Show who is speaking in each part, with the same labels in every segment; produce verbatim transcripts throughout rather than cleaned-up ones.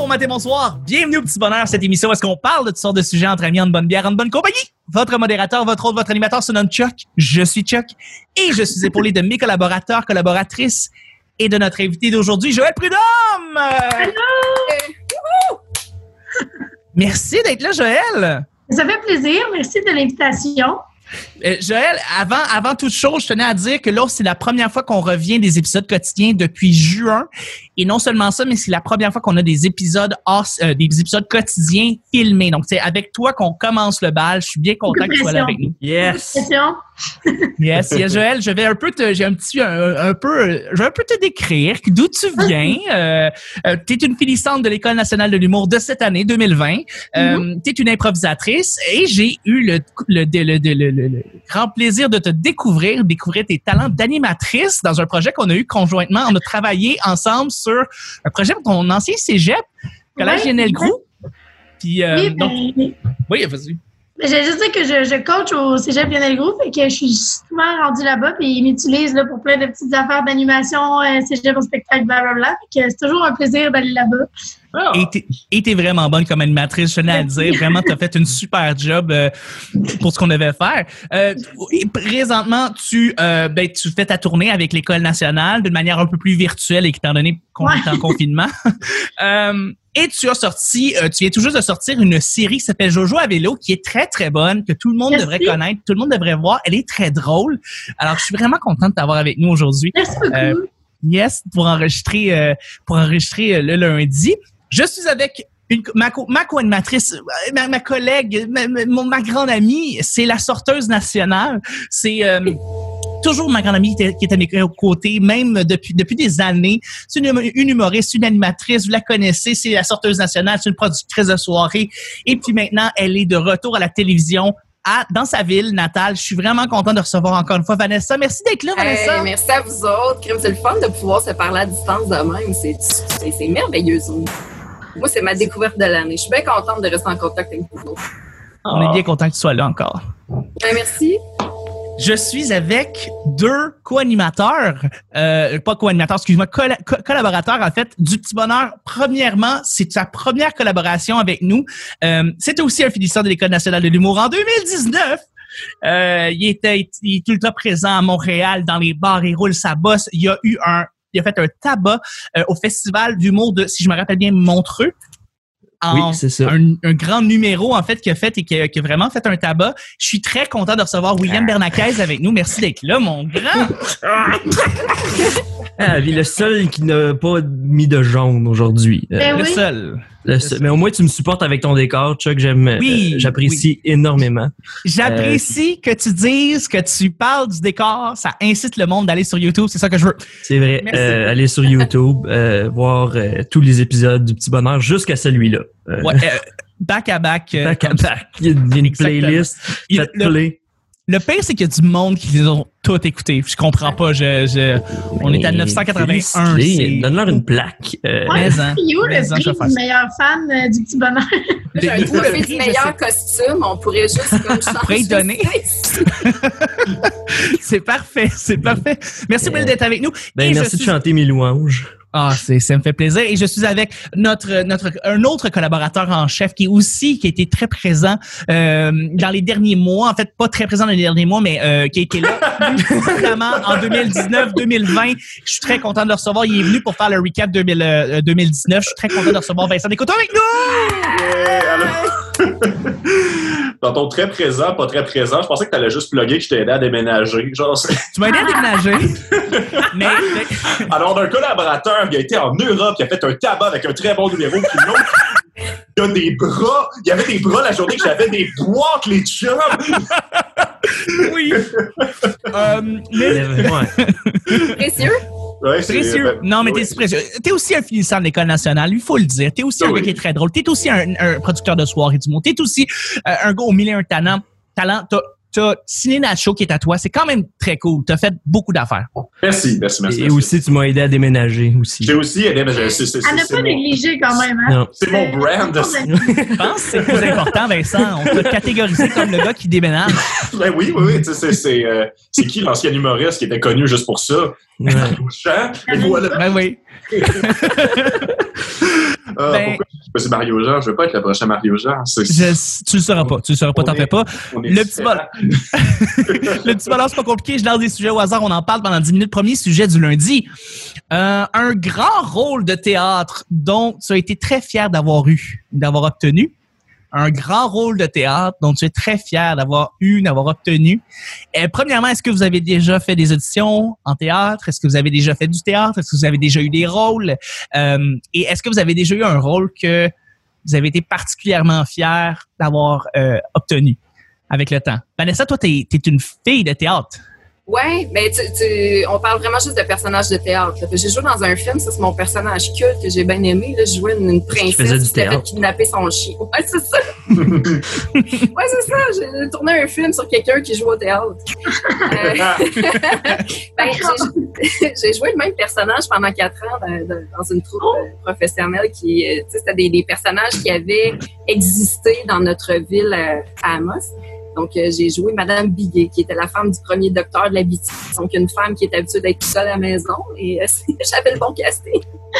Speaker 1: bon matin, bonsoir. Bienvenue au Petit Bonheur, cette émission où est-ce qu'on parle de toutes sortes de sujets entre amis, en bonne bière, en bonne compagnie. Votre modérateur, votre hôte, votre animateur se nomme Chuck. Je suis Chuck et je suis épaulé de mes collaborateurs, collaboratrices et de notre invité d'aujourd'hui, Joël Prudhomme.
Speaker 2: Allô!
Speaker 1: Merci d'être là, Joël.
Speaker 2: Ça fait plaisir. Merci de l'invitation.
Speaker 1: Euh, Joël, avant, avant toute chose, je tenais à dire que là, c'est la première fois qu'on revient des épisodes quotidiens depuis juin. Et non seulement ça, mais c'est la première fois qu'on a des épisodes hors, euh, des épisodes quotidiens filmés. Donc, c'est avec toi qu'on commence le bal. Je suis bien content que tu sois là avec nous.
Speaker 3: Yes!
Speaker 1: Yes, yes, Joël, je vais un peu te, j'ai un petit, un, un peu, je vais un peu te décrire d'où tu viens. Euh, euh, t'es une finissante de l'École nationale de l'humour de cette année, deux mille vingt. Euh, mm-hmm. T'es une improvisatrice et j'ai eu le, le, le, le, le, le, le grand plaisir de te découvrir, découvrir tes talents d'animatrice dans un projet qu'on a eu conjointement. On a travaillé ensemble sur un projet pour ton ancien cégep, Collège
Speaker 2: ouais,
Speaker 1: Lionel Groux. Puis, euh,
Speaker 2: oui,
Speaker 1: donc,
Speaker 2: ben,
Speaker 1: oui, vas-y.
Speaker 2: J'ai juste dit que je, je coach au cégep Lionel Groux, fait que je suis souvent rendue là-bas, puis ils m'utilisent là, pour plein de petites affaires d'animation, euh, cégep au spectacle, blablabla. Fait que c'est toujours un plaisir d'aller là-bas.
Speaker 1: Oh. Et, t'es, et t'es vraiment bonne comme animatrice, je tenais à le dire. Vraiment, t'as fait une super job euh, pour ce qu'on devait faire. Euh, et présentement, tu, euh, ben, tu fais ta tournée avec l'École nationale d'une manière un peu plus virtuelle, étant donné qu'on ouais. est en confinement. euh, Et tu as sorti, euh, tu viens tout juste de sortir une série qui s'appelle Jojo à vélo, qui est très, très bonne, que tout le monde
Speaker 2: Merci.
Speaker 1: devrait connaître, tout le monde devrait voir. Elle est très drôle. Alors, je suis vraiment contente de t'avoir avec nous aujourd'hui.
Speaker 2: Merci beaucoup.
Speaker 1: Euh, yes, pour enregistrer, euh, pour enregistrer euh, le lundi. Je suis avec une, ma, co- ma co-animatrice, ma, ma collègue, ma, ma, ma grande amie, c'est la sorteuse nationale. C'est... Euh, toujours ma grande amie qui est à mes côtés, même depuis depuis des années. C'est une, une humoriste, une animatrice, vous la connaissez, c'est la sorteuse nationale, c'est une productrice de soirée. Et puis maintenant, elle est de retour à la télévision à, dans sa ville natale. Je suis vraiment content de recevoir encore une fois Vanessa. Merci d'être là, Vanessa.
Speaker 4: Hey, merci à vous autres. C'est le fun de pouvoir se parler à distance de même. C'est, c'est, c'est merveilleux. Moi, c'est ma découverte de l'année. Je suis bien contente de rester en contact avec vous.
Speaker 1: On est bien content que tu sois là encore.
Speaker 4: Ben, merci.
Speaker 1: Je suis avec deux co-animateurs, euh, pas co-animateurs, excuse-moi, coll- co- collaborateurs en fait du Petit Bonheur. Premièrement, c'est sa première collaboration avec nous. Euh, c'était aussi un finissant de l'École nationale de l'humour en deux mille dix-neuf. Euh, il était il est ultra présent à Montréal dans les bars, il roule sa bosse. Il y a eu un, il a fait un tabac euh, au festival d'humour de, si je me rappelle bien, Montreux.
Speaker 3: Oui, c'est ça.
Speaker 1: Un, un grand numéro, en fait, qu'il a fait et qui a, qui a vraiment fait un tabac. Je suis très content de recevoir William Bernacquez avec nous. Merci d'être là, mon grand.
Speaker 3: Ah, le seul qui n'a pas mis de jaune aujourd'hui.
Speaker 2: Ben
Speaker 1: Euh, le
Speaker 2: oui.
Speaker 1: seul.
Speaker 3: Le seul. Mais au moins, tu me supportes avec ton décor, Chuck. J'aime,
Speaker 1: Oui,
Speaker 3: euh, j'apprécie
Speaker 1: oui.
Speaker 3: énormément.
Speaker 1: J'apprécie euh, que tu dises, que tu parles du décor. Ça incite le monde d'aller sur YouTube. C'est ça que je veux.
Speaker 3: C'est vrai. Euh, aller sur YouTube, euh, voir euh, tous les épisodes du Petit Bonheur jusqu'à celui-là. Euh,
Speaker 1: Ouais, euh, back à back. euh,
Speaker 3: back à back. Il y a une
Speaker 1: Exactement.
Speaker 3: playlist.
Speaker 1: Il-
Speaker 3: Faites
Speaker 1: le-
Speaker 3: play.
Speaker 1: Le pire, c'est qu'il y a du monde qui les ont tout écoutés. Je comprends pas. Je, je, on est à neuf cent quatre-vingt-un. C'est...
Speaker 3: Donne-leur une plaque. Euh,
Speaker 2: Ouais,
Speaker 1: mais, hein,
Speaker 2: c'est où
Speaker 1: mais,
Speaker 2: le
Speaker 1: hein, je vais
Speaker 2: prix
Speaker 1: faire
Speaker 2: du
Speaker 1: ça.
Speaker 2: meilleur fan euh, du Petit Bonheur?
Speaker 4: J'ai un
Speaker 1: Le-
Speaker 4: trophée
Speaker 1: le
Speaker 4: du
Speaker 1: prix, je
Speaker 4: meilleur
Speaker 1: sais.
Speaker 4: costume. On pourrait juste comme changer.
Speaker 1: pourrait y donner. C'est parfait. C'est parfait. Merci beaucoup
Speaker 3: Euh,
Speaker 1: d'être avec nous.
Speaker 3: Ben,
Speaker 1: Et je
Speaker 3: merci de
Speaker 1: suis-
Speaker 3: chanter mes louanges.
Speaker 1: Ah, c'est, ça me fait plaisir. Et je suis avec notre, notre, un autre collaborateur en chef qui est aussi, qui a été très présent euh, dans les derniers mois. En fait, pas très présent dans les derniers mois, mais euh, qui a été là notamment en deux mille dix-neuf deux mille vingt. Je suis très content de le recevoir. Il est venu pour faire le recap deux mille, euh, deux mille dix-neuf. Je suis très content de recevoir Vincent Descoteaux avec nous!
Speaker 5: Yeah, alors... Dans ton très présent, pas très présent, je pensais que t'allais juste plugger que je t'ai aidé à déménager. Genre, c'est...
Speaker 1: Tu m'as aidé à déménager. mais, mais...
Speaker 5: Alors, un collaborateur qui a été en Europe, qui a fait un tabac avec un très bon numéro, puis l'autre, il a des bras. Il y avait des bras la journée que j'avais des boîtes, les chums.
Speaker 1: Oui. euh, mais...
Speaker 3: Ouais.
Speaker 4: Précieux.
Speaker 5: Ouais, c'est,
Speaker 1: Précieux.
Speaker 5: ben,
Speaker 1: Non, mais
Speaker 5: oui.
Speaker 1: t'es si précieux. T'es aussi un finissant de l'École nationale, il faut le dire. T'es aussi un
Speaker 5: Oui.
Speaker 1: gars qui est très drôle. T'es aussi un, un producteur de soirée du monde. T'es aussi euh, un gars au mille et un talent. talent. T'as, t'as Ciné Nacho qui est à toi. C'est quand même très cool. T'as fait beaucoup d'affaires.
Speaker 5: Merci, merci, merci.
Speaker 3: Et
Speaker 5: merci.
Speaker 3: aussi, tu m'as aidé à déménager aussi.
Speaker 5: J'ai aussi aidé, mais je- c'est, c'est,
Speaker 2: Elle n'a
Speaker 5: c'est,
Speaker 2: pas
Speaker 5: c'est mon,
Speaker 2: négligé quand même, hein?
Speaker 3: Non.
Speaker 5: c'est mon brand.
Speaker 1: Je pense que c'est le plus important, Vincent. On t'a catégorisé comme le gars qui déménage.
Speaker 5: Ben oui, oui, oui. tu sais, C'est, c'est, euh, c'est qui l'ancien humoriste qui était connu juste pour ça?
Speaker 3: Ouais.
Speaker 5: Touchant. Et voilà.
Speaker 1: Ben oui.
Speaker 5: Ah,
Speaker 1: Ben-
Speaker 5: pourquoi je suis pas Mario Jean? Je veux pas être le prochain Mario Jean. C'est-
Speaker 1: Je- tu le sauras pas, tu le sauras pas,
Speaker 5: On
Speaker 1: t'en
Speaker 5: est-
Speaker 1: fais pas.
Speaker 5: on est
Speaker 1: Le petit,
Speaker 5: différents.
Speaker 1: bol... le petit bonheur, c'est pas compliqué. Je lance des sujets au hasard. On en parle pendant dix minutes. Premier sujet du lundi. Euh, un grand rôle de théâtre dont tu as été très fier d'avoir eu, d'avoir obtenu. Un grand rôle de théâtre dont tu es très fier d'avoir eu, d'avoir obtenu. Euh, premièrement, est-ce que vous avez déjà fait des auditions en théâtre? Est-ce que vous avez déjà fait du théâtre? Est-ce que vous avez déjà eu des rôles? Euh, et est-ce que vous avez déjà eu un rôle que vous avez été particulièrement fier d'avoir euh, obtenu avec le temps? Vanessa, toi, t'es, t'es une fille de théâtre.
Speaker 4: Ouais, mais tu, tu, on parle vraiment juste de personnages de théâtre. Là. J'ai joué dans un film, ça c'est mon personnage culte que j'ai bien aimé. Là. Je jouais une, une princesse
Speaker 3: faisais du
Speaker 4: qui s'était fait
Speaker 3: théâtre.
Speaker 4: kidnapper son chien. Ouais, c'est ça. ouais, c'est ça. J'ai tourné un film sur quelqu'un qui joue au théâtre. Euh, ben, j'ai, j'ai joué le même personnage pendant quatre ans dans, dans, dans une troupe euh, professionnelle qui, euh, tu sais, c'était des, des personnages qui avaient existé dans notre ville euh, à Amos. Donc, euh, j'ai joué Madame Biguet, qui était la femme du premier docteur de la Bitibi. Donc, une femme qui était habituée d'être toute seule à la maison. Et euh, j'avais le bon casting.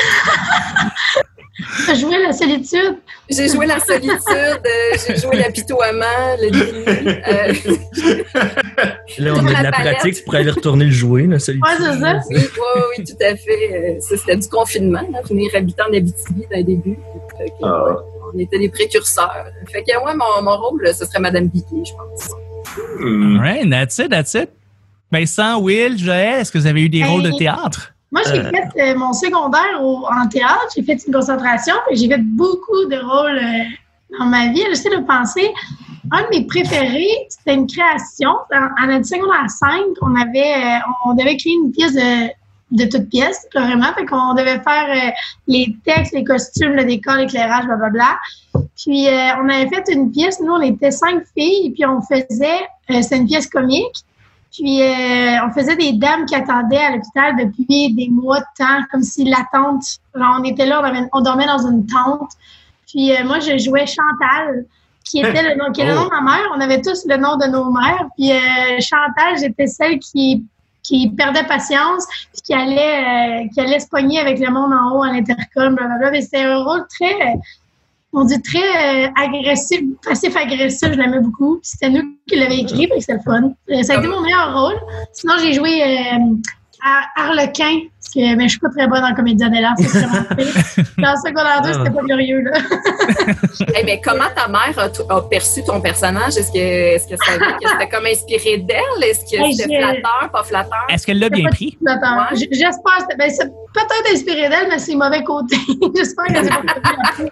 Speaker 2: Tu as joué la solitude.
Speaker 4: J'ai joué la solitude, euh, j'ai joué l'apitoiement, le déni. Euh,
Speaker 3: Là, on a de la
Speaker 4: La palette.
Speaker 3: pratique, tu pourrais aller retourner le jouer, là, celui
Speaker 2: Ouais, c'est ça.
Speaker 4: oui, oui, oui, tout à fait. Euh, ça, c'était du confinement, là, venir habitant de la Bitibi dès le début. Fait que,
Speaker 5: Ah.
Speaker 4: ouais, on était les précurseurs. Fait que, ouais, mon, mon rôle, là, ce serait Madame Biguet, je pense.
Speaker 5: Hmm.
Speaker 1: All right, that's it, that's it. Vincent, Will, Joël, est-ce que vous avez eu des
Speaker 2: Hey.
Speaker 1: rôles de théâtre?
Speaker 2: Moi, j'ai
Speaker 3: Euh.
Speaker 2: fait euh, mon secondaire au- en théâtre. J'ai fait une concentration. Puis j'ai fait beaucoup de rôles euh, dans ma vie. J'essaie de penser. Un de mes préférés, c'était une création. En, en notre secondaire cinq, on avait, euh, on devait créer une pièce de, de toutes pièces, carrément. Fait qu'on devait faire euh, les textes, les costumes, le décor, l'éclairage, blablabla. Puis euh, on avait fait une pièce. Nous, on était cinq filles. Puis on faisait, euh, c'était une pièce comique. Puis, euh, on faisait des dames qui attendaient à l'hôpital depuis des mois de temps, comme si l'attente, genre, on était là, on, avait, on dormait dans une tente. Puis, euh, moi, je jouais Chantal, qui était le nom, qui est le nom de ma mère. On avait tous le nom de nos mères. Puis, euh, Chantal, j'étais celle qui, qui perdait patience, puis qui allait, euh, qui allait se pogner avec le monde en haut à l'intercom, blablabla. Mais c'était un rôle très, euh, on dit très euh, agressif, passif-agressif, je l'aimais beaucoup. Puis c'était nous qui l'avions écrit, puis c'était le fun. Euh, ça a été mon meilleur rôle. Sinon, j'ai joué euh, à Harlequin, parce que mais je suis pas très bonne en comédien de l'art, c'est vraiment pire. Dans le secondaire deux, c'était pas glorieux, là.
Speaker 4: Eh bien, comment ta mère a, t- a perçu ton personnage? Est-ce que, est-ce que ça veut dire que c'était comme inspiré d'elle? Est-ce que
Speaker 2: Hey,
Speaker 4: c'était
Speaker 2: j'ai-
Speaker 4: flatteur, pas flatteur?
Speaker 1: Est-ce qu'elle l'a bien pris?
Speaker 2: Attends,
Speaker 4: Ouais.
Speaker 2: j- J'espère, c'était- ben, c'est peut-être inspiré d'elle, mais c'est mauvais côté. J'espère qu'elle s'est pas fait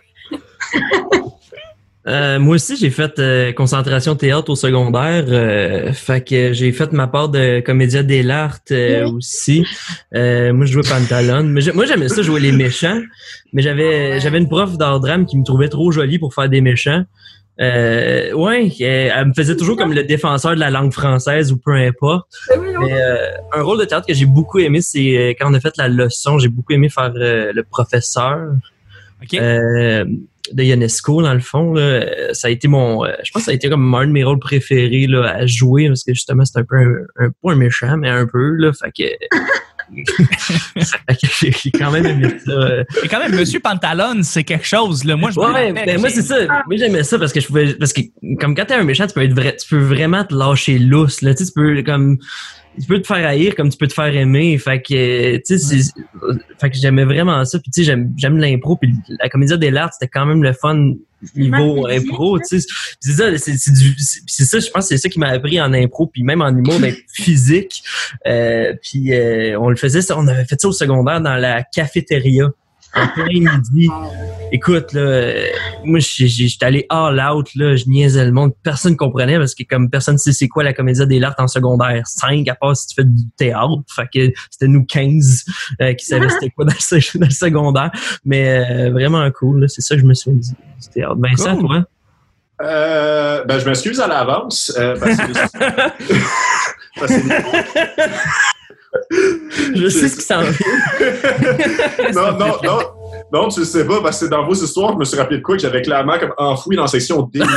Speaker 3: Euh, moi aussi, j'ai fait euh, concentration théâtre au secondaire. Euh, fait que j'ai fait ma part de comédien dell'arte euh,
Speaker 2: Oui.
Speaker 3: aussi. Euh, moi, je jouais Pantalone. Mais j'ai- moi, j'aimais ça jouer les méchants. Mais j'avais j'avais une prof d'art drame qui me trouvait trop jolie pour faire des méchants. Euh, ouais, elle, elle me faisait toujours comme le défenseur de la langue française ou peu importe.
Speaker 4: Oui, oui.
Speaker 3: Mais, euh, un rôle de théâtre que j'ai beaucoup aimé, c'est euh, quand on a fait la leçon. J'ai beaucoup aimé faire euh, le professeur.
Speaker 1: OK.
Speaker 3: Euh, de Ionesco, dans le fond. Là. Ça a été mon... euh, Je pense que ça a été comme un de mes rôles préférés là, à jouer, parce que justement, c'est un peu un, un... Pas un méchant, mais un peu, là. Fait que... fait que j'ai j'ai quand même aimé ça. euh.
Speaker 1: Et quand même, Monsieur Pantalone, c'est quelque chose, là. Moi, je me
Speaker 3: Ouais,
Speaker 1: rappelle,
Speaker 3: ben moi
Speaker 1: j'ai-
Speaker 3: c'est ça. Moi j'aimais ça parce que je pouvais parce que comme quand t'es un méchant, tu peux être vrai, tu peux vraiment te lâcher lousse là, tu sais, tu peux comme tu peux te faire haïr comme tu peux te faire aimer. Fait que tu sais c'est fait que j'aimais vraiment ça, puis tu sais j'aime j'aime l'impro, puis la comédie dell'arte, c'était quand même le fun niveau
Speaker 2: Magnifique,
Speaker 3: impro, tu sais. Puis c'est ça, c'est c'est du c'est c'est ça, je pense que c'est ça qui m'a appris en impro, puis même en humour d'être physique. Euh, puis euh, on le faisait ça, on avait fait ça au secondaire dans la cafétéria en plein midi. Écoute, là, euh, moi, j'ai- j'ai- j'étais allé all out, là, je niaisais le monde. Personne comprenait parce que comme personne sait c'est quoi la comédie dell'arte en secondaire cinq, à part si tu fais du théâtre. Fait que c'était nous quinze euh, qui savaient c'était quoi dans le, se- dans le secondaire. Mais euh, vraiment cool, là, c'est ça que je me suis dit du théâtre. Ben ça,
Speaker 1: Cool.
Speaker 3: toi?
Speaker 5: Euh, ben, je m'excuse à l'avance. Euh, parce que... parce que-
Speaker 3: Je sais ce qui s'en vient.
Speaker 5: non, non, non. Non, tu le sais pas, parce que dans vos histoires, je me suis rappelé de quoi que j'avais clairement comme enfoui dans la section D.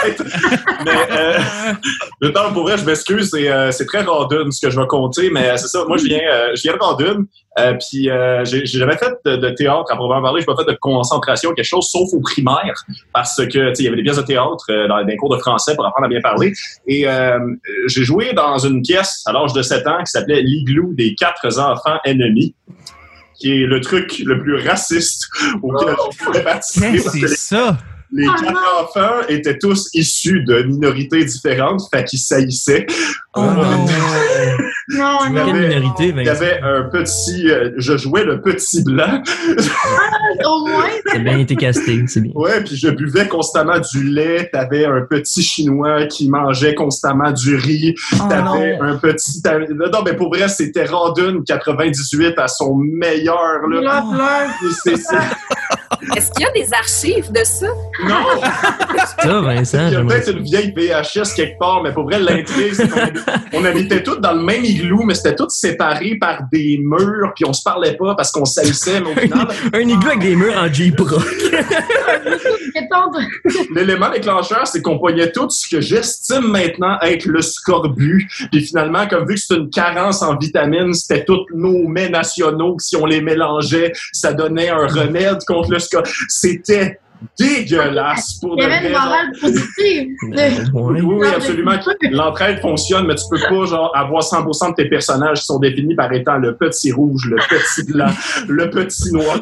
Speaker 5: peut-être. Mais, euh, le temps pour vrai, je m'excuse, c'est, euh, c'est très Rawdon ce que je vais compter, mais c'est ça. Moi, je viens, euh, je viens de Rawdon, euh, puis euh, j'ai, j'ai jamais fait de, de théâtre à proprement parler. J'ai pas fait de concentration, quelque chose, sauf au primaire, parce que, tu sais, il y avait des pièces de théâtre euh, dans des cours de français pour apprendre à bien parler. Et euh, j'ai joué dans une pièce à l'âge de sept ans qui s'appelait L'Igloo des quatre enfants ennemis, qui est le truc le plus raciste auquel oh. je pourrais participer.
Speaker 1: Qu'est-ce que c'est ça?
Speaker 5: Les
Speaker 2: Oh
Speaker 5: quatre
Speaker 2: non.
Speaker 5: enfants étaient tous issus de minorités différentes, fait qu'ils saillissaient.
Speaker 1: Oh non!
Speaker 2: Non,
Speaker 5: Il y
Speaker 2: non.
Speaker 3: Quelle
Speaker 5: avait-
Speaker 3: minorité,
Speaker 5: Il y avait un petit... euh, je jouais le petit blanc.
Speaker 2: Au moins,
Speaker 3: C'est bien été casté, c'est bien.
Speaker 5: Ouais, puis je buvais constamment du lait. T'avais un petit Chinois qui mangeait constamment du riz.
Speaker 1: Oh
Speaker 5: T'avais
Speaker 1: non.
Speaker 5: un petit... t'avais- Non, mais pour vrai, c'était Rawdon quatre-vingt-dix-huit à son meilleur, là.
Speaker 2: là, là.
Speaker 5: C'est, c'est...
Speaker 4: Est-ce qu'il y a des archives de ça?
Speaker 5: Non!
Speaker 3: Ça, Vincent,
Speaker 5: Il y a
Speaker 3: j'aimerais
Speaker 5: peut-être une vieille V H S quelque part, mais pour vrai, l'intrigue, c'est qu'on habitait, on habitait tous dans le même igloo, mais c'était tous séparés par des murs, puis on se parlait pas parce qu'on salissait, mais au final,
Speaker 3: un igloo avec des murs en J-Brock.
Speaker 2: Étendre.
Speaker 5: l'élément déclencheur, c'est qu'on pognait tout ce que j'estime maintenant être le scorbut. Puis finalement, comme vu que c'est une carence en vitamines, c'était tous nos mets nationaux, que si on les mélangeait, ça donnait un remède contre le scorbut. C'était dégueulasse pour
Speaker 2: Il y
Speaker 5: de
Speaker 2: avait une
Speaker 5: vrai.
Speaker 2: morale positive.
Speaker 3: Ouais.
Speaker 5: Oui, oui, absolument. L'entraide fonctionne, mais tu peux pas genre avoir cent pour cent de tes personnages qui sont définis par étant le petit rouge, le petit blanc, le petit noir.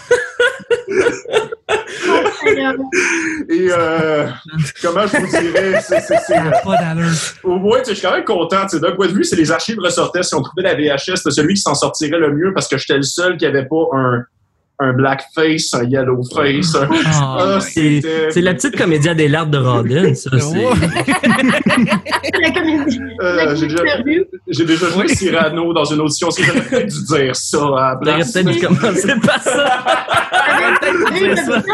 Speaker 5: Et euh, comment je vous dirais, c'est, c'est, c'est,
Speaker 1: Ça n'a pas d'allure.
Speaker 5: au moins, tu sais, je suis quand même content. Tu sais, d'un point de vue, c'est les archives ressortaient. Si on trouvait la V H S, c'était celui qui s'en sortirait le mieux parce que j'étais le seul qui avait pas un, un blackface, un yellowface. Un...
Speaker 1: Ah,
Speaker 5: Ah,
Speaker 3: C'est,
Speaker 5: c'était...
Speaker 3: c'est la petite comédie Adélard de Rawdon, ça. C'est...
Speaker 2: La comédie.
Speaker 5: Euh,
Speaker 2: La
Speaker 5: j'ai, déjà,
Speaker 2: comédie.
Speaker 5: j'ai déjà joué Cyrano dans une audition. Si j'aurais peut-être dû dire ça à la
Speaker 3: J'aurais
Speaker 5: place.
Speaker 3: peut-être dû commencer par ça.
Speaker 2: Avec
Speaker 1: dire ça.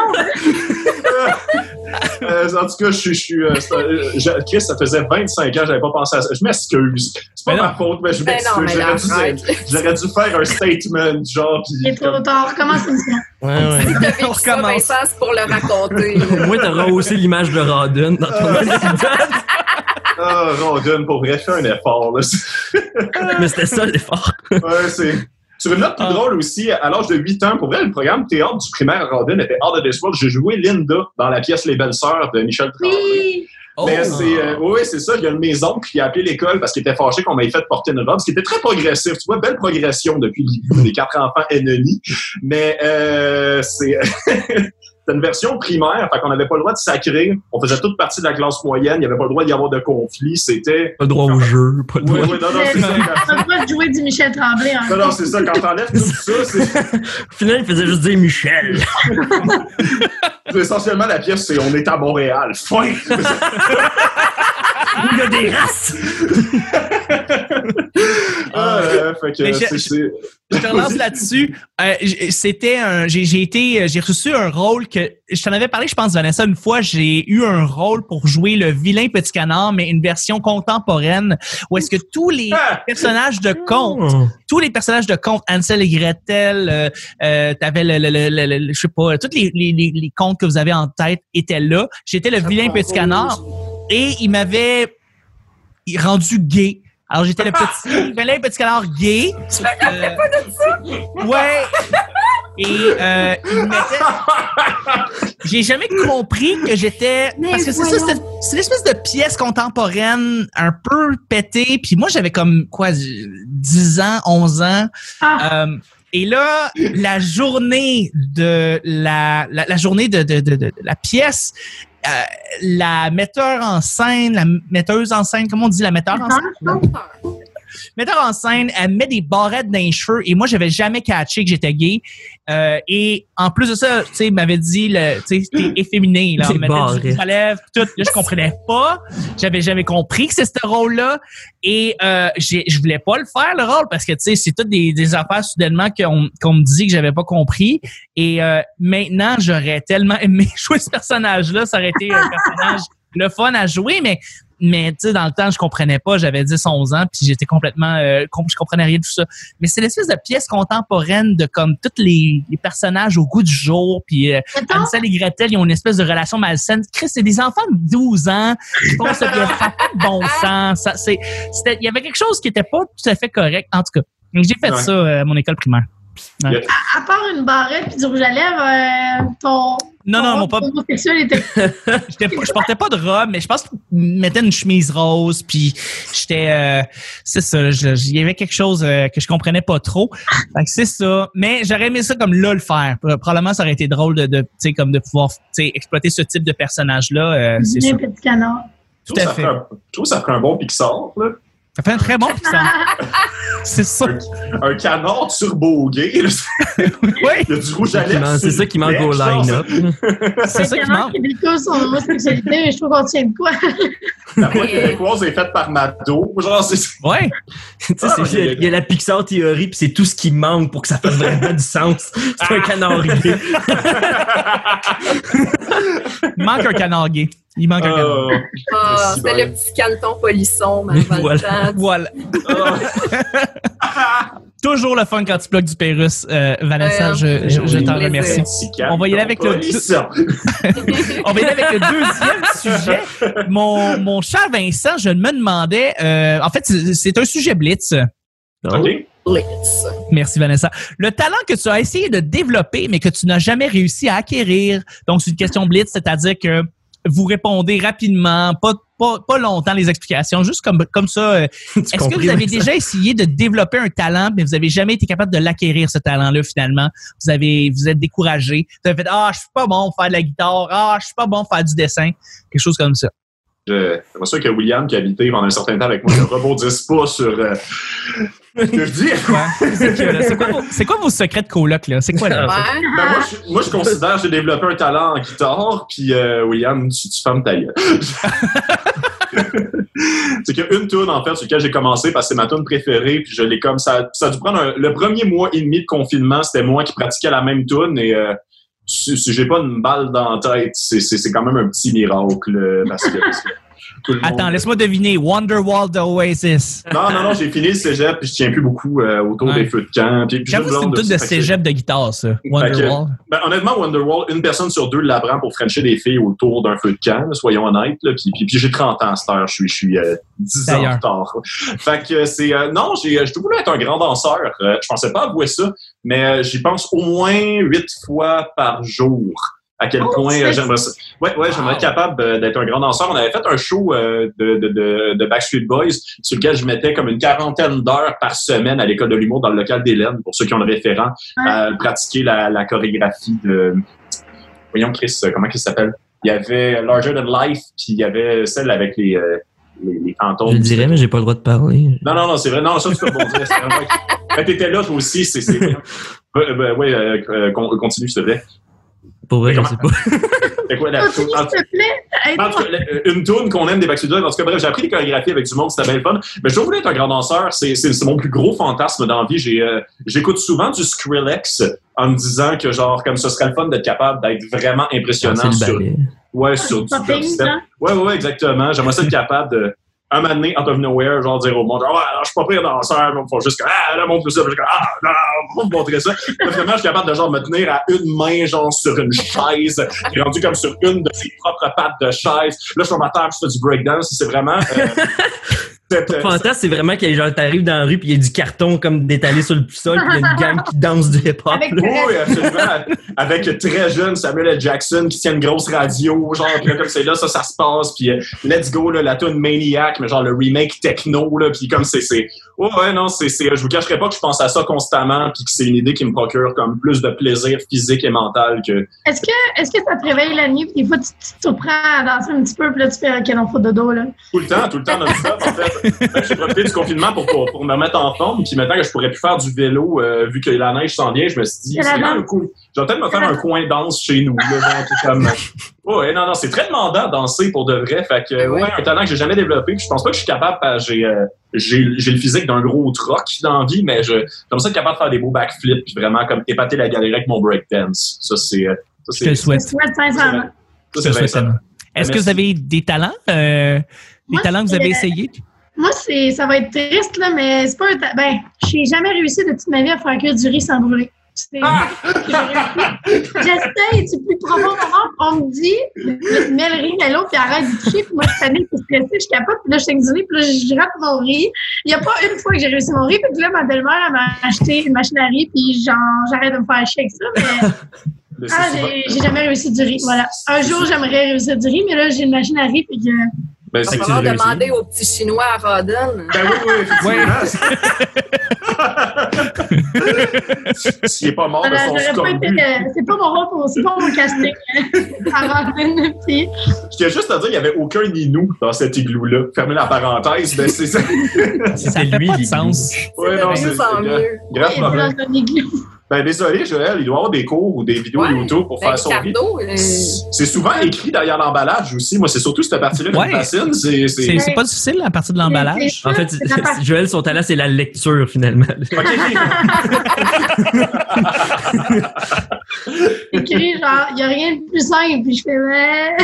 Speaker 5: Euh, en tout cas, je suis. Je, suis, euh, c'est un- je- Chris, ça faisait vingt-cinq ans, j'avais pas pensé à ça. Je m'excuse. C'est pas
Speaker 1: Mais
Speaker 5: ma
Speaker 1: non.
Speaker 5: faute, mais je
Speaker 4: Ben non,
Speaker 5: m'excuse.
Speaker 4: mais
Speaker 5: J'aurais, dû,
Speaker 4: l'arrête.
Speaker 5: dire- j'aurais dû faire un statement, genre. Pis,
Speaker 2: Il est trop
Speaker 5: comme-
Speaker 2: tard. Recommence une fois.
Speaker 3: Ouais, ouais.
Speaker 4: T'as vécu
Speaker 1: On
Speaker 4: ça,
Speaker 1: recommence.
Speaker 4: Vincent, c'est pour le raconter.
Speaker 3: Au moins, t'as rehaussé l'image de Rawdon dans ton anecdote.
Speaker 5: Ah, Rawdon, pour vrai, fais un effort. Là.
Speaker 3: Mais c'était ça l'effort.
Speaker 5: Ouais, c'est. Sur une note plus
Speaker 1: Ah.
Speaker 5: drôle aussi, à l'âge de huit ans, pour vrai, le programme théâtre du primaire à Rawdon était out of this world. J'ai joué Linda dans la pièce Les Belles-Sœurs de Michel Tremblay.
Speaker 2: Oui.
Speaker 1: Oh.
Speaker 5: Mais c'est, euh, oui, c'est ça. Il y a un de mes oncles qui a appelé l'école parce qu'il était fâché qu'on m'ait fait porter une robe, ce qui était très progressif. Tu vois, belle progression depuis les quatre enfants ennemis. Mais euh, c'est... C'était une version primaire, fait qu'on n'avait pas le droit de sacrer. On faisait toute partie de la classe moyenne. Il n'y avait pas le droit d'y avoir de conflit. C'était...
Speaker 3: Pas le droit au jeu, pas le
Speaker 5: Oui,
Speaker 3: droit.
Speaker 5: oui, non, non, c'est ça.
Speaker 2: On a le droit de jouer du Michel Tremblay. Hein.
Speaker 5: Non, non, c'est ça. Quand t'enlèves tout ça, c'est...
Speaker 3: Au final, il faisait juste dire Michel.
Speaker 5: essentiellement la pièce, c'est on est à Montréal. Fin!
Speaker 3: Il y a des races.
Speaker 5: Ah, euh, fait que
Speaker 1: Mais je-
Speaker 5: c'est, c'est...
Speaker 1: Je te relance là-dessus. Euh, j- c'était un, j'ai, j'ai été, j'ai reçu un rôle que je t'en avais parlé, je pense, Vanessa, une fois. J'ai eu un rôle pour jouer le vilain petit canard, mais une version contemporaine, où est-ce que tous les
Speaker 5: Ah!
Speaker 1: personnages de contes,
Speaker 3: Oh.
Speaker 1: tous les personnages de contes, Hansel et Gretel, euh, euh, t'avais le, le, le, le, le- je sais pas, tous les, les, les, les contes que vous avez en tête étaient là. J'étais le vilain petit canard et il m'avait rendu gay. Alors, j'étais le petit, vilain petit canard gay.
Speaker 4: Tu me rappelles pas de ça?
Speaker 1: Ouais. Et euh, il mettait... J'ai jamais compris que j'étais...
Speaker 4: Mais
Speaker 1: Parce que c'est ça,
Speaker 4: voyons.
Speaker 1: c'est, c'est l'espèce de pièce contemporaine un peu pétée. Puis moi, j'avais comme, quoi, dix ans, onze ans.
Speaker 2: Ah.
Speaker 1: Euh, et là, la journée de la, la, la journée de, de, de, de, de la pièce, euh, la metteur en scène, la metteuse en scène, comment on dit, la metteur en scène? Metteur en scène, elle me met des barrettes dans les cheveux et moi, j'avais jamais catché que j'étais gay. Euh, et en plus de ça, tu sais, il m'avait dit, le, tu sais, t'es efféminé, là.
Speaker 3: Des
Speaker 1: On mettait du
Speaker 3: barrettes.
Speaker 1: rouge à lèvres, tout. Là, je comprenais pas. J'avais jamais compris que c'était ce rôle-là. Et euh, j'ai, je voulais pas le faire, le rôle, parce que, tu sais, c'est toutes des, des affaires soudainement qu'on, qu'on me dit que j'avais pas compris. Et euh, maintenant, j'aurais tellement aimé jouer ce personnage-là. Ça aurait été un personnage le fun à jouer, mais mais tu sais, dans le temps, je comprenais pas. J'avais dix onze ans, puis j'étais complètement... Euh, comp- je comprenais rien de tout ça. Mais c'est l'espèce de pièce contemporaine de comme tous les, les personnages au goût du jour, puis euh, Hansel et Gretel, ils ont une espèce de relation malsaine. Chris, c'est des enfants de douze ans qui font ça, ça n'a pas de bon sens. Ça, c'est, c'était, il y avait quelque chose qui était pas tout à fait correct, en tout cas. Donc, j'ai fait ouais. ça euh, à mon école primaire. Ouais.
Speaker 2: À, à part une barrette puis du rouge à lèvres, euh, ton...
Speaker 1: Non, non, mon papa.
Speaker 2: Était...
Speaker 1: je portais pas de robe, mais je pense qu'il mettait une chemise rose, puis j'étais... Euh, c'est ça, il y avait quelque chose euh, que je comprenais pas trop. Fait que c'est ça. Mais j'aurais aimé ça comme là le faire. Probablement, ça aurait été drôle de, de, tu sais, comme de pouvoir exploiter ce type de personnage-là. Euh, c'est
Speaker 2: sûr. Petit canard.
Speaker 1: Tout à fait.
Speaker 5: Un, je trouve que ça fait un bon Pixar, là.
Speaker 1: Ça fait un très bon Pixar. C'est ça.
Speaker 5: Un, un canard turbo-gay.
Speaker 1: Oui.
Speaker 5: Il y a du rouge à lèvres.
Speaker 3: C'est ça qui manque au line-up.
Speaker 1: C'est ça qui manque.
Speaker 2: Les canards sont ma spécialité, je trouve qu'on tient de quoi.
Speaker 5: La voix québécoise est faite par Mado. Genre, c'est...
Speaker 1: Ouais.
Speaker 3: Tu sais, il y, y a la Pixar théorie, puis c'est tout ce qui manque pour que ça fasse vraiment du sens. C'est un canard gay.
Speaker 1: Il manque un canard gay. Il manque un canard.
Speaker 4: Oh, c'était le petit canton polisson avant
Speaker 1: voilà.
Speaker 4: le temps.
Speaker 1: Voilà. Toujours le fun quand tu bloques du Pérus. Euh, Vanessa, euh, je, je, je t'en remercie. On va y aller avec le On va y aller avec le deuxième sujet. Mon, mon cher Vincent, je me demandais... Euh, en fait, c'est, c'est un sujet blitz.
Speaker 5: OK.
Speaker 4: Blitz.
Speaker 1: Merci, Vanessa. Le talent que tu as essayé de développer, mais que tu n'as jamais réussi à acquérir. Donc, c'est une question blitz, c'est-à-dire que vous répondez rapidement, pas, pas, pas longtemps les explications, juste comme, comme ça. Est-ce que vous avez déjà essayé de développer un talent, mais vous n'avez jamais été capable de l'acquérir, ce talent-là, finalement? Vous avez, vous êtes découragé. Vous avez fait, ah, je suis pas bon pour faire de la guitare. Ah, je suis pas bon pour faire du dessin. Quelque chose comme ça.
Speaker 5: Je, c'est pour ça que William, qui habitait pendant un certain temps avec moi, ne rebondisse pas sur euh, ce que je dis.
Speaker 1: Ouais, c'est, que, c'est, quoi vos, c'est quoi vos secrets de coloc, là? C'est quoi, là?
Speaker 4: Ouais.
Speaker 5: Ben, moi, je, moi, je considère que j'ai développé un talent en guitare, puis euh, William, tu, tu fermes ta gueule. C'est qu'il y a une tune en fait sur laquelle j'ai commencé parce que c'est ma tune préférée, puis je l'ai comme ça. Ça a dû prendre un, le premier mois et demi de confinement, c'était moi qui pratiquais la même tune et euh, si, si j'ai pas une balle dans la tête, c'est, c'est, c'est quand même un petit miracle parce que. Parce que
Speaker 1: Attends, monde... laisse-moi deviner. Wonderwall de Oasis.
Speaker 5: Non, non, non, j'ai fini le cégep puis je tiens plus beaucoup euh, autour ouais. des feux de camp. Puis, puis
Speaker 1: j'avoue que c'est une toute de cégep de guitare, ça. Wonderwall.
Speaker 5: Ben, honnêtement, Wonderwall, une personne sur deux l'apprend pour frencher des filles autour d'un feu de camp, là, soyons honnêtes. Là, puis, puis, puis j'ai trente ans à cette heure, je suis, je suis euh, dix ans en retard. Fait que c'est... Euh, non, j'ai, j'ai voulu être un grand danseur. Euh, je pensais pas avouer ça, mais euh, j'y pense au moins huit fois par jour. À quel oh, point euh, j'aimerais ça. Ouais, ouais, j'aimerais wow. être capable euh, d'être un grand danseur. On avait fait un show euh, de, de, de, de Backstreet Boys sur lequel je mettais comme une quarantaine d'heures par semaine à l'école de l'humour dans le local d'Hélène, pour ceux qui ont le référent, ouais. à pratiquer la, la chorégraphie de... Voyons, Chris, comment il s'appelle? Il y avait Larger Than Life, puis il y avait celle avec les... Euh, Les, les fantômes.
Speaker 3: Je le dirais, mais j'ai pas le droit de parler.
Speaker 5: Non, non, non, c'est vrai. Non, ça, tu peux rebondir. C'est vraiment... Quand t'étais là, toi aussi, c'est... c'est... Euh, ben, ouais, euh, continue, s'il te plaît.
Speaker 3: Pour vrai, je sais pas.
Speaker 5: C'est quoi la
Speaker 2: s'il te plaît?
Speaker 5: En tout cas, une tune qu'on aime des Backstreet Boys. En tout cas, bref, j'ai appris les chorégraphies avec du monde, c'était bien le fun. Mais je voulais être un grand danseur. C'est, c'est, c'est mon plus gros fantasme dans la vie. J'ai, euh, j'écoute souvent du Skrillex en me disant que, genre, comme ce serait le fun d'être capable d'être vraiment impressionnant
Speaker 3: ah,
Speaker 5: sur. Ouais, sur du dubstep. Ouais, ouais, ouais, exactement. J'aimerais ça être capable de. Un moment donné, out of nowhere, genre dire au monde, genre, ah, je suis pas pire danseur, il faut juste, ah, là, montre ça, puis je dis, ah, non, on va vous montrer ça. Vraiment, je suis capable de, genre, me tenir à une main, genre, sur une chaise, qui est rendu comme sur une de ses propres pattes de chaise. Là, je suis ma terre, je fais du breakdance, c'est vraiment, euh,
Speaker 3: Ton fantasme, c'est vraiment que genre t'arrives dans la rue puis il y a du carton comme détalé sur le sol puis il y a une gang qui danse du hip-hop.
Speaker 5: Oui, absolument. Avec très jeune Samuel L. Jackson qui tient une grosse radio, genre puis là, comme c'est là, ça, ça se passe puis uh, let's go là, la tune Maniac, mais genre le remake techno là, puis comme c'est c'est oh, ouais non, c'est c'est je vous cacherai pas que je pense à ça constamment puis que c'est une idée qui me procure comme plus de plaisir physique et mental que.
Speaker 2: Est-ce que est-ce que ça te réveille la nuit puis des fois tu, tu te surprends à danser un petit peu puis là tu fais un canon faute de dos là.
Speaker 5: Tout le temps, tout le temps non-stop en fait. J'ai profité du confinement pour, pour, pour me mettre en forme. Puis maintenant que je pourrais plus faire du vélo, euh, vu que la neige s'en vient, je me suis dit, c'est vraiment cool. Je vais peut-être me faire un coin danse chez nous. Là, genre, comme... oh, ouais, non, non, c'est très demandant danser pour de vrai. Fait que, ouais, un talent que j'ai jamais développé. Puis je pense pas que je suis capable, parce que j'ai, euh, j'ai, j'ai le physique d'un gros troc dans la vie, mais je, comme ça, capable de faire des beaux backflips, puis vraiment comme épater la galerie avec mon breakdance. Ça, c'est. Ça, c'est
Speaker 1: je te le souhaite.
Speaker 2: Je te souhaite sincèrement.
Speaker 1: Ça, c'est sincèrement. Est-ce que vous avez des talents? Euh, Les talents que vous avez essayés?
Speaker 2: Moi, c'est, ça va être triste, là, mais c'est pas un ta- ben, j'ai jamais réussi de toute ma vie à faire cuire du riz sans brûler. C'est ah! J'essaie, c'est plus profond. On me dit, mets le riz à l'eau, puis arrête de toucher, puis moi, je panique, puis stressée, je capote, puis là, je suis du riz, puis là, je rate mon riz. Il n'y a pas une fois que j'ai réussi mon riz, puis là, ma belle-mère, elle m'a acheté une machine à riz, puis genre, j'arrête de me faire chier avec ça, mais... ah, j'ai, j'ai jamais réussi du riz, voilà. Un jour, j'aimerais réussir du riz, mais là, j'ai une machine à riz, puis que...
Speaker 5: Ben,
Speaker 4: c'est on va demander aux petits Chinois à Rodden.
Speaker 5: Ben oui, oui, effectivement. S'il n'est pas mort de son scorbut.
Speaker 2: C'est pas mon rôle, pour, c'est pas mon casting. À Rodden, puis...
Speaker 5: Je tiens juste à dire qu'il n'y avait aucun Ninou dans cet igloo-là. Fermez la parenthèse, ben c'est ça.
Speaker 1: Ça lui, fait pas de sens.
Speaker 5: Oui, non, c'est
Speaker 4: ça.
Speaker 5: Grave problème. Ben désolé, Joël, il doit y avoir des cours ou des vidéos ouais, YouTube pour ben faire son riz. Euh... C'est souvent écrit derrière l'emballage aussi. Moi, c'est surtout cette partie-là qui ouais. me fascine. C'est, c'est...
Speaker 1: C'est, c'est pas difficile, la partie de l'emballage.
Speaker 3: En fait, Joël, son talent, c'est la lecture, finalement.
Speaker 2: Écrit, genre, il n'y a rien de plus simple. Puis je fais, ouais.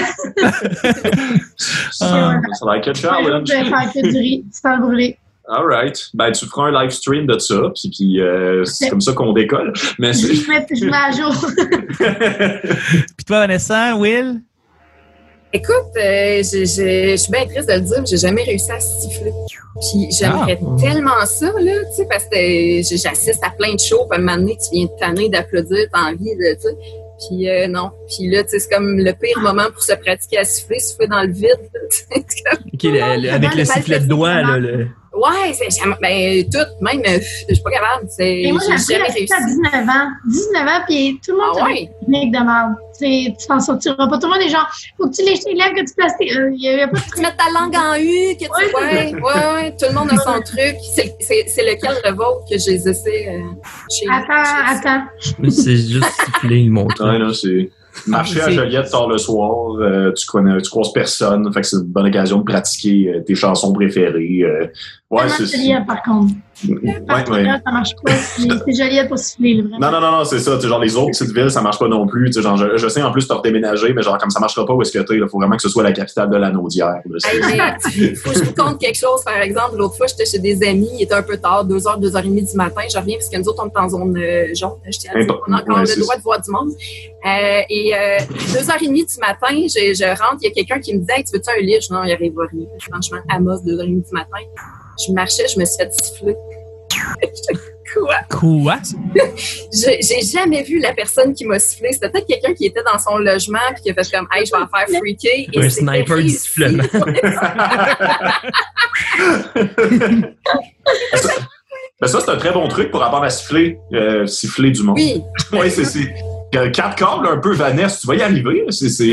Speaker 5: Ça va être quelque chose.
Speaker 2: Je vais faire que du riz, sans le brûler.
Speaker 5: All right. Ben, tu feras un live stream de ça, puis, puis euh, c'est comme ça qu'on décolle. Mais c'est...
Speaker 2: Je mets, je mets à jour.
Speaker 1: Puis toi, Vanessa, Will?
Speaker 4: Écoute, euh, je, je, je suis bien triste de le dire, mais j'ai jamais réussi à siffler. Puis j'aimerais ah. tellement ça, là, tu sais, parce que j'assiste à plein de shows, puis à un moment donné, tu viens de tanner d'applaudir, t'as envie de, tu sais. Puis euh, non. Puis là, tu sais, c'est comme le pire moment pour se pratiquer à siffler, siffler dans le vide. Comme...
Speaker 3: OK, le, le, avec le sifflet de doigt, là. Le...
Speaker 4: Ouais, c'est, ben, tout, même, euh, je suis pas capable. C'est,
Speaker 2: et moi, j'ai appris réussi à dix-neuf ans. dix-neuf ans, puis tout le monde
Speaker 4: ah, ouais.
Speaker 2: technique de merde. Tu t'en sortiras pas. Tout le monde est genre, faut que tu lèches tes lèvres, que tu places tes... Il y a pas de...
Speaker 4: Tu mets ta langue en U, que tu... Ouais, ouais, ouais, ouais, tout le monde a son truc. C'est, c'est, c'est lequel le vôtre que j'ai essayé euh, chez
Speaker 2: Attends, chez attends.
Speaker 3: C'est juste siffler, mon truc.
Speaker 5: Ouais, là, c'est... Marcher à Joliette tard le soir, euh, tu connais, tu croises personne, fait que c'est une bonne occasion de pratiquer euh, tes chansons préférées. Euh, ouais,
Speaker 2: c'est Joliette, par contre. Parce que
Speaker 5: ouais,
Speaker 2: là, ça marche pas. C'est Joliette pour siffler, là, vraiment.
Speaker 5: Non, non, non, non, c'est ça. T'sais, genre, les autres petites villes, ça marche pas non plus. Genre, je, je sais, en plus, t'as déménagé, mais genre, comme ça marchera pas où est-ce que t'es, il faut vraiment que ce soit la capitale de la Naudière.
Speaker 4: Il faut que je vous compte quelque chose, par exemple. L'autre fois, j'étais chez des amis, il était un peu tard, deux heures, deux heures et demie du matin. Je reviens parce que nous autres, on est en zone euh, jaune. Je tiens à dire, on a encore ouais, le droit de voir du monde. Euh, et euh, deux heures et demie du matin, je, je rentre, il y a quelqu'un qui me dit hey, tu veux-tu un livre? Non, il arrive à rien. Franchement, Amos, deux heures et demie du matin. Je marchais, je me suis fait siffler. Quoi?
Speaker 1: Quoi?
Speaker 4: je, j'ai jamais vu la personne qui m'a sifflé. C'était peut-être quelqu'un qui était dans son logement puis qui a fait comme hey, je vais en faire freaker.
Speaker 3: Un sniper du sifflement.
Speaker 5: Ben ça, c'est un très bon truc pour apprendre à siffler, euh, siffler du monde.
Speaker 4: Oui.
Speaker 5: Oui, c'est, c'est quatre cordes un peu Vanessa, tu vas y arriver. C'est, c'est...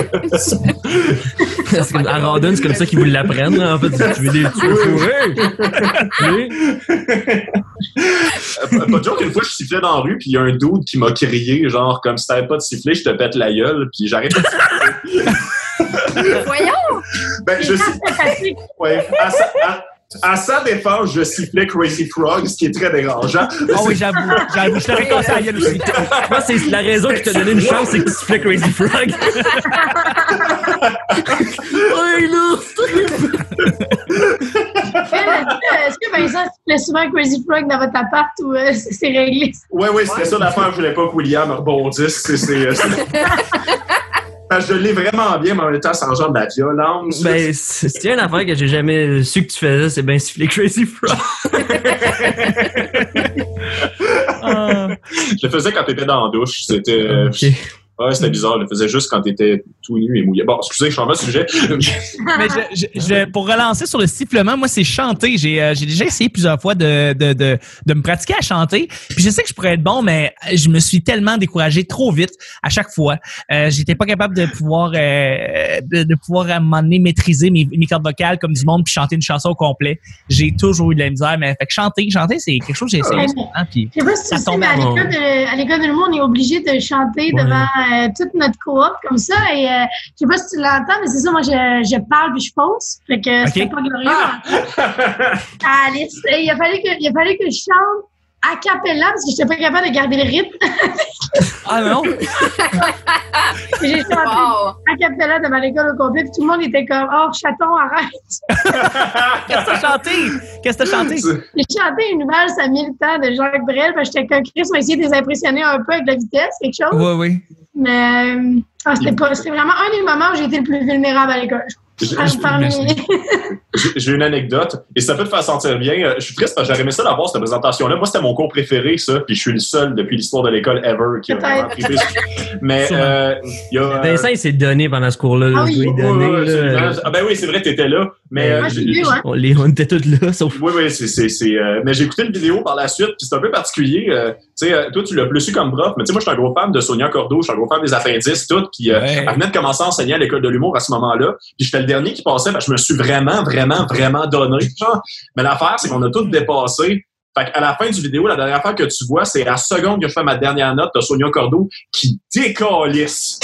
Speaker 3: c'est comme, à Rodden, c'est comme ça qu'ils vous l'apprennent. Là, en fait, tu veux des
Speaker 5: euh, Pas de joke, une fois, je sifflais dans la rue, puis il y a un dude qui m'a crié, genre, comme si t'avais pas de siffler, je te pète la gueule, puis j'arrête de siffler.
Speaker 4: Voyons!
Speaker 5: Ben, je siffle. Ouais, à sa, à, à sa défense, je sifflais Crazy Frog, ce qui est très dérangeant.
Speaker 1: Ah oh oui, j'avoue, j'avoue, je t'aurais cassé la gueule aussi.
Speaker 3: Moi, c'est la raison qui t'a donné une chance, c'est que tu sifflais Crazy Frog.
Speaker 2: Oui, là, est-ce que Vincent sifflait souvent Crazy Frog dans votre appart ou euh, c'est, c'est réglé?
Speaker 5: Oui, oui, c'était ouais, ça l'affaire. Je voulais pas que William rebondisse. C'est, c'est, c'est... Je l'ai vraiment bien, mais en même temps, sans genre de la violence.
Speaker 3: Ben, c'est une affaire que j'ai jamais su que tu faisais, c'est bien siffler Crazy Frog.
Speaker 5: uh. Je le faisais quand t'étais dans la douche. C'était... Okay. Ouais, c'était bizarre. Je le faisais juste quand t'étais tout nu et mouillé. Bon, excusez, je change de sujet.
Speaker 1: Mais je, je, je, pour relancer sur le sifflement, moi, c'est chanter. J'ai, euh, j'ai déjà essayé plusieurs fois de, de, de, de me pratiquer à chanter. Puis je sais que je pourrais être bon, mais je me suis tellement découragé trop vite à chaque fois. Euh, j'étais pas capable de pouvoir, euh, de, de pouvoir à un moment donné maîtriser mes, mes cordes vocales comme du monde puis chanter une chanson au complet. J'ai toujours eu de la misère, mais fait que chanter, chanter, c'est quelque chose que j'ai essayé souvent. Puis
Speaker 2: je sais pas si ça tombe à l'école de, à l'école de l'humour, on est obligé de chanter ouais. devant Euh, toute notre coop comme ça et euh, je sais pas si tu l'entends mais c'est ça moi je, je parle puis je pose fait que okay. C'est pas glorieux ah! Alice il a fallu que il a fallu que je chante a cappella parce que j'étais pas capable de garder le rythme.
Speaker 1: Ah non?
Speaker 2: J'ai chanté
Speaker 4: Wow.
Speaker 2: a cappella devant l'école au complet, puis tout le monde était comme « Oh, chaton, arrête!
Speaker 1: Qu'est-ce que t'as chanté? Qu'est-ce que t'as chanté? »
Speaker 2: J'ai chanté une valse à mille temps de Jacques Brel, parce que j'étais comme Chris m'a essayé de les impressionner un peu avec la vitesse, quelque chose.
Speaker 1: Oui, oui.
Speaker 2: Mais euh, ah, c'était pas, c'était vraiment un des moments où j'ai été le plus vulnérable à l'école.
Speaker 5: J'ai-
Speaker 2: Ah, parmi-
Speaker 5: J'ai j'ai une anecdote et ça peut te faire sentir bien. Euh, Je suis triste parce que j'aurais aimé ça d'avoir cette présentation-là. Moi, c'était mon cours préféré, ça, puis je suis le seul depuis l'histoire de l'école ever qui a vraiment
Speaker 2: Peut-être.
Speaker 5: trippé. Mais
Speaker 1: Sûrement.
Speaker 5: euh, il y a. euh,
Speaker 3: Vincent, il s'est donné pendant ce cours-là.
Speaker 2: Ah
Speaker 3: là,
Speaker 2: oui.
Speaker 3: je dois lui
Speaker 5: ouais,
Speaker 3: donner,
Speaker 5: ouais,
Speaker 3: là.
Speaker 5: absolument. Ah ben oui, c'est vrai, t'étais là. Mais euh,
Speaker 2: Moi,
Speaker 5: j'ai-
Speaker 2: j'ai vu, ouais.
Speaker 3: On, les, on était tous là, sauf.
Speaker 5: Oui, oui, c'est, c'est, c'est, euh, mais j'ai écouté une vidéo par la suite, puis c'est un peu particulier. Euh, tu sais, euh, toi, tu l'as plus su comme prof, mais tu sais, moi, je suis un gros fan de Sonia Cordeau, je suis un gros fan des appendices, tout, puis euh,
Speaker 1: Ouais.
Speaker 5: elle venait de commencer à enseigner à l'école de l'humour à ce moment-là, puis j'étais le dernier qui passait, ben, je me suis vraiment, vraiment, vraiment donné, genre. Mais l'affaire, c'est qu'on a tout dépassé. Fait qu'à la fin du vidéo, la dernière fois que tu vois, c'est à la seconde que je fais ma dernière note de Sonia Cordeau qui décalisse.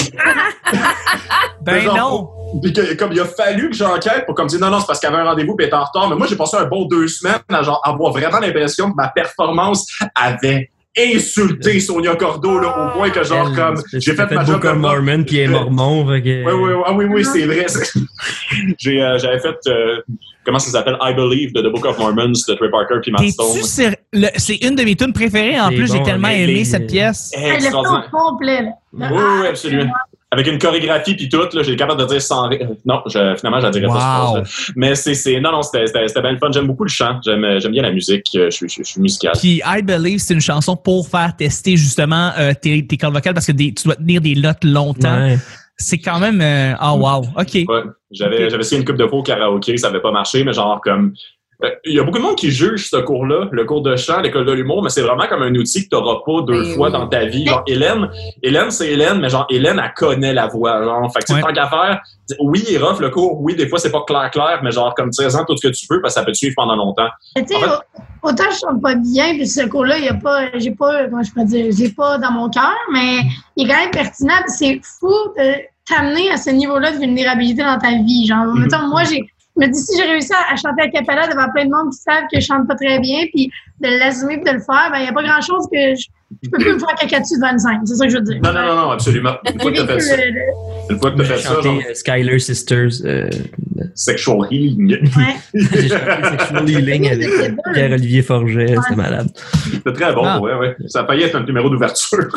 Speaker 1: Ben
Speaker 5: Genre,
Speaker 1: non.
Speaker 5: Puis que, comme il a fallu que j'enquête pour comme dire non, non, c'est parce qu'il y avait un rendez-vous et elle était en retard. Mais moi, j'ai passé un bon deux semaines à genre avoir vraiment l'impression que ma performance avait insulté Sonia Cordeau là, au point que genre
Speaker 3: Elle,
Speaker 5: comme
Speaker 3: c'est-
Speaker 5: j'ai
Speaker 3: t'as
Speaker 5: fait ma job
Speaker 3: beaucoup
Speaker 5: comme
Speaker 3: Mormon puis elle est mormon. Fait que...
Speaker 5: Oui, oui, oui, ah, oui, oui, c'est vrai. c'est- j'ai, euh, j'avais fait euh, comment ça s'appelle I Believe de The Book of Mormons de Trey Parker puis Matt Stone.
Speaker 1: T'es-tu sur le- C'est une de mes tunes préférées. En
Speaker 3: C'est
Speaker 1: plus, j'ai
Speaker 3: bon,
Speaker 1: tellement
Speaker 3: les-
Speaker 1: aimé
Speaker 3: les-
Speaker 1: cette pièce.
Speaker 2: Hey, le
Speaker 5: Extraordinaire.
Speaker 2: film complet, là.
Speaker 5: Oui, oui, oui, absolument. Avec une chorégraphie puis tout, là, j'ai capable de dire sans rire. Non, je, finalement, je la dirais pas
Speaker 1: Wow.
Speaker 5: cette phrase-là. Mais c'est, c'est, non, non, c'était, c'était, c'était bien le fun. J'aime beaucoup le chant. J'aime, j'aime bien la musique. Je suis, je, je suis musical.
Speaker 1: Puis I Believe, c'est une chanson pour faire tester justement euh, tes, tes cordes vocales parce que des- tu dois tenir des notes longtemps.
Speaker 3: Ouais.
Speaker 1: C'est quand même... euh, oh, wow. OK.
Speaker 5: Ouais. J'avais,
Speaker 1: Ok.
Speaker 5: j'avais essayé une coupe de fois au karaoké, ça avait pas marché, mais genre comme. euh, Il y a beaucoup de monde qui juge ce cours-là, le cours de chant, l'école de l'humour, mais c'est vraiment comme un outil que tu n'auras pas deux
Speaker 4: Ben
Speaker 5: fois
Speaker 4: oui.
Speaker 5: dans ta vie. Genre, Hélène, Hélène, c'est Hélène, mais genre, Hélène, elle connaît la voix. Genre, fait que, tu sais,
Speaker 1: Ouais.
Speaker 5: tant qu'à faire, oui, il est rough le cours, oui, des fois, c'est pas clair, clair, mais genre, comme treize ans, tout ce que tu peux, parce que ça peut te suivre pendant longtemps.
Speaker 2: Mais tu sais,
Speaker 5: En fait-
Speaker 2: au- autant je chante pas bien, puis ce cours-là, il y a pas, j'ai pas, comment je peux dire, j'ai pas dans mon cœur, mais il est quand même pertinent. puis C'est fou de t'amener à ce niveau-là de vulnérabilité dans ta vie. Genre,
Speaker 5: Mhm.
Speaker 2: mettons, moi, j'ai, je me dis, si j'ai réussi à, à chanter à cappella devant plein de monde qui savent que je chante pas très bien, puis de l'assumer puis de le faire, ben, il y a pas grand-chose que je, je peux plus me faire caca dessus devant une scène. C'est ça que je veux dire.
Speaker 5: Non, non, non, non, absolument. Une fois que t'as fait ça,
Speaker 2: Le- le-
Speaker 5: une fois que t'as fait ça, genre,
Speaker 3: chanté euh, Skylar Sisters. Euh,
Speaker 5: sexual healing.
Speaker 2: Ouais.
Speaker 3: j'ai chanté Sexual Healing avec Pierre-Olivier Forget. C'était malade.
Speaker 5: C'était très bon,
Speaker 1: Ah.
Speaker 5: ouais, ouais. Ça a failli être notre numéro d'ouverture.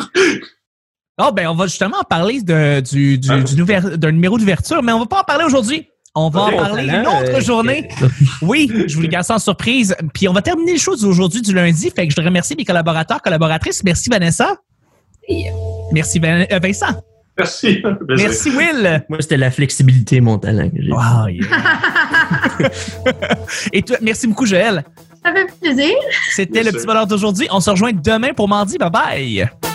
Speaker 1: Oh, ben, on va justement parler de, du, du,
Speaker 5: Ah.
Speaker 1: du nouver- d'un numéro d'ouverture, mais on va pas en parler aujourd'hui. On va
Speaker 5: Ok.
Speaker 1: en parler
Speaker 3: Talent,
Speaker 1: une autre
Speaker 3: euh,
Speaker 1: journée. Oui, je vous le garde sans surprise. Puis on va terminer les choses aujourd'hui du lundi. Fait que je remercie mes collaborateurs, collaboratrices. Merci Vanessa.
Speaker 4: Et,
Speaker 1: Merci Van- euh, Vincent.
Speaker 5: Merci. Plaisir.
Speaker 1: Merci Will.
Speaker 3: Moi, c'était la flexibilité, mon talent. Que j'ai.
Speaker 1: Wow, yeah. Et toi, merci beaucoup Joël.
Speaker 2: Ça fait plaisir.
Speaker 1: C'était
Speaker 5: Bien
Speaker 1: le
Speaker 5: sûr.
Speaker 1: petit bonheur d'aujourd'hui. On se rejoint demain pour mardi. Bye bye.